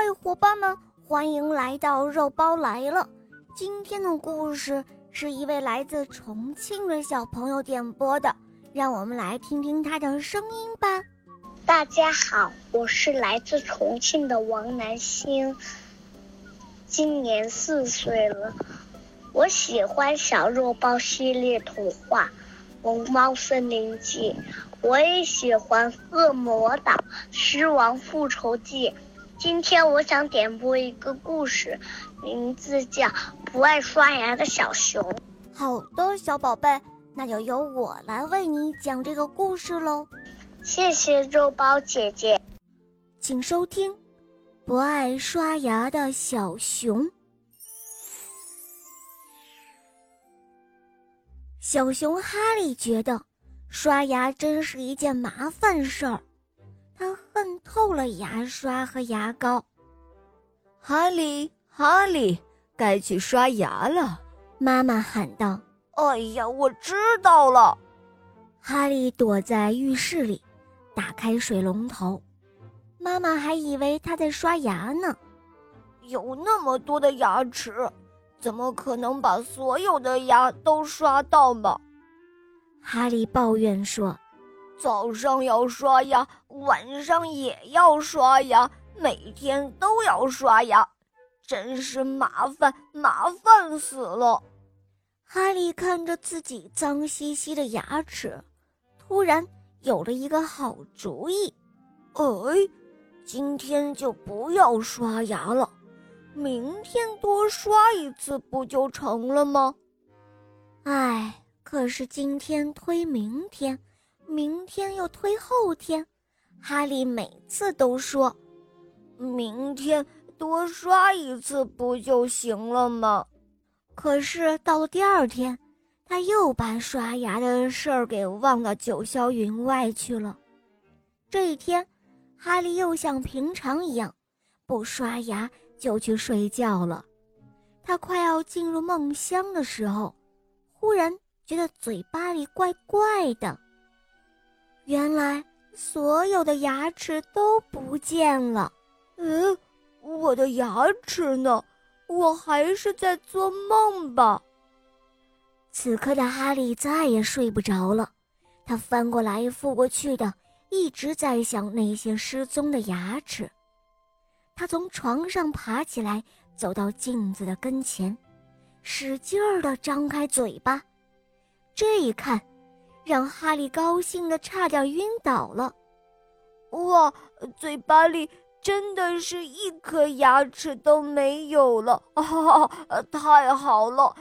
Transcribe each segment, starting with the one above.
嗨，伙伴们，欢迎来到肉包来了。今天的故事是一位来自重庆的小朋友点播的，让我们来听听他的声音吧。 大家好，我是来自重庆的王南星，今年4岁了。我喜欢小肉包系列童话《龙猫森林记》，我也喜欢《恶魔岛狮王复仇记》。今天我想点播一个故事，名字叫《不爱刷牙的小熊》。 好的，小宝贝，那就由我来为你讲这个故事喽。 谢谢肉包姐姐。 请收听《不爱刷牙的小熊》。小熊哈利觉得刷牙真是一件麻烦事儿，他恨透了牙刷和牙膏。 哈利，该去刷牙了， 妈妈喊道。 哎呀，我知道了。 哈利躲在浴室里，打开水龙头。妈妈还以为他在刷牙呢。 有那么多的牙齿，怎么可能把所有的牙都刷到嘛？ 哈利抱怨说， 早上要刷牙，晚上也要刷牙，每天都要刷牙，真是麻烦死了。 哈利看着自己脏兮兮的牙齿，突然有了一个好主意。 今天就不要刷牙了，明天多刷一次不就成了吗？ 可是今天推明天，明天又推后天，哈利每次都说， 明天多刷一次不就行了吗？ 可是到了第二天，他又把刷牙的事儿给忘到九霄云外去了。这一天，哈利又像平常一样，不刷牙就去睡觉了。他快要进入梦乡的时候，忽然觉得嘴巴里怪怪的。原来所有的牙齿都不见了。 我的牙齿呢？我还是在做梦吧。 此刻的哈利再也睡不着了，他翻过来覆过去的，一直在想那些失踪的牙齿。他从床上爬起来，走到镜子的跟前，使劲儿地张开嘴巴。这一看，让哈利高兴得差点晕倒了。 哇，嘴巴里真的是一颗牙齿都没有了太好了，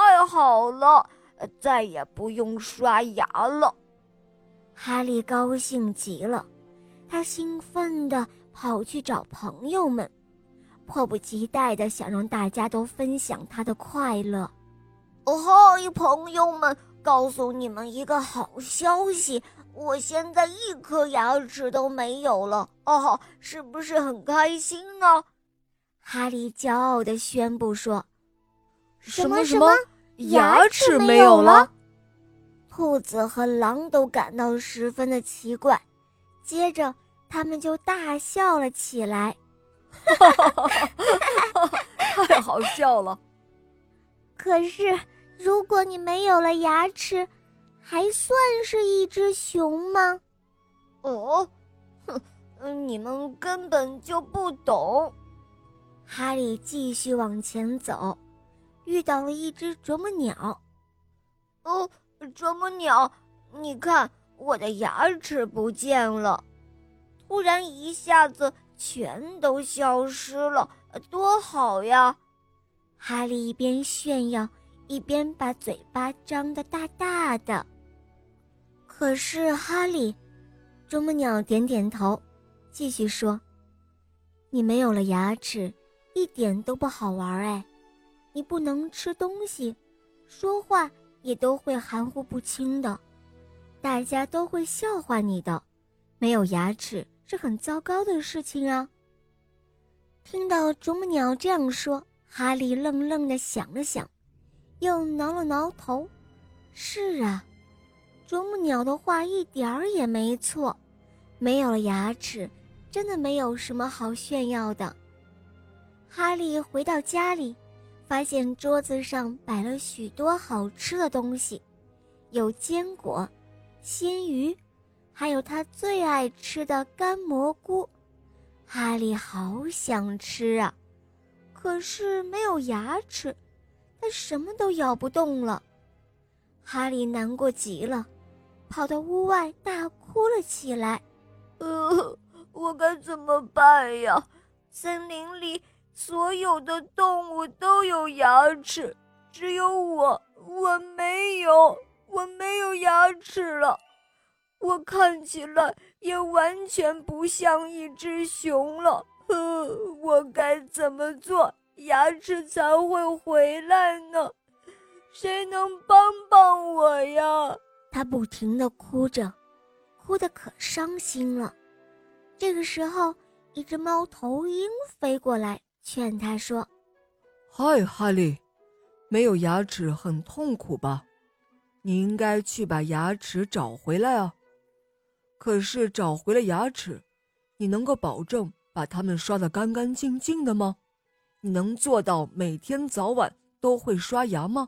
再也不用刷牙了。 哈利高兴极了，他兴奋地跑去找朋友们，迫不及待地想让大家都分享他的快乐。 嗨，朋友们，告诉你们一个好消息，我现在一颗牙齿都没有了是不是很开心呢？ 哈利骄傲地宣布说。 什么牙齿没有了？ 兔子和狼都感到十分的奇怪，接着他们就大笑了起来。 太好笑了。 可是如果你没有了牙齿，还算是一只熊吗？ 你们根本就不懂。 哈利继续往前走，遇到了一只啄木鸟。 啄木鸟，你看我的牙齿不见了，突然一下子全都消失了，多好呀！ 哈利一边炫耀，一边把嘴巴张得大大的。可是哈利，啄木鸟点点头，继续说，你没有了牙齿，一点都不好玩你不能吃东西，说话也都会含糊不清的，大家都会笑话你的，没有牙齿是很糟糕的事情啊。听到啄木鸟这样说，哈利愣愣地想了想，又挠了挠头。是啊，啄木鸟的话一点儿也没错，没有了牙齿，真的没有什么好炫耀的。 哈利回到家里，发现桌子上摆了许多好吃的东西，有坚果、鲜鱼，还有他最爱吃的干蘑菇。哈利好想吃啊，可是没有牙齿，他什么都咬不动了。哈利难过极了，跑到屋外大哭了起来。 我该怎么办呀？森林里所有的动物都有牙齿，只有我没有牙齿了。我看起来也完全不像一只熊了。我该怎么做，牙齿才会回来呢？谁能帮帮我呀？ 他不停地哭着，哭得可伤心了。这个时候，一只猫头鹰飞过来，劝他说： 嗨，哈利，没有牙齿很痛苦吧？你应该去把牙齿找回来啊。可是找回了牙齿，你能够保证把它们刷得干干净净的吗？你能做到每天早晚都会刷牙吗？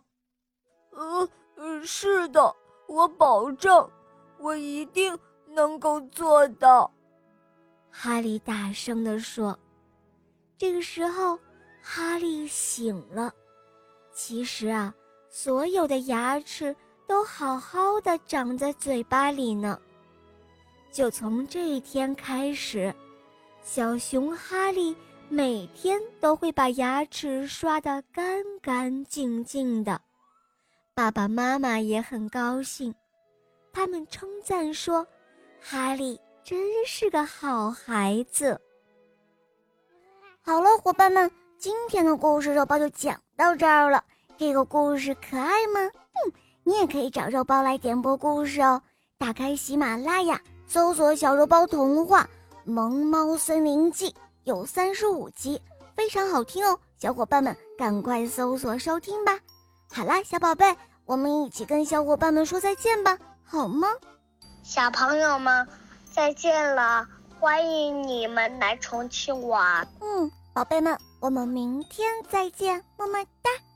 是的，我保证，我一定能够做到。 哈利大声地说。这个时候，哈利醒了。其实啊，所有的牙齿都好好的长在嘴巴里呢。就从这一天开始，小熊哈利每天都会把牙齿刷得干干净净的。爸爸妈妈也很高兴，他们称赞说，哈利真是个好孩子。好了，伙伴们，今天的故事肉包就讲到这儿了。这个故事可爱吗？你也可以找肉包来点播故事哦。打开喜马拉雅，搜索小肉包童话《萌猫森林记》，有35集，非常好听哦。小伙伴们赶快搜索收听吧。好啦，小宝贝，我们一起跟小伙伴们说再见吧，好吗？ 小朋友们，再见了，欢迎你们来重庆玩。 宝贝们，我们明天再见，么么哒。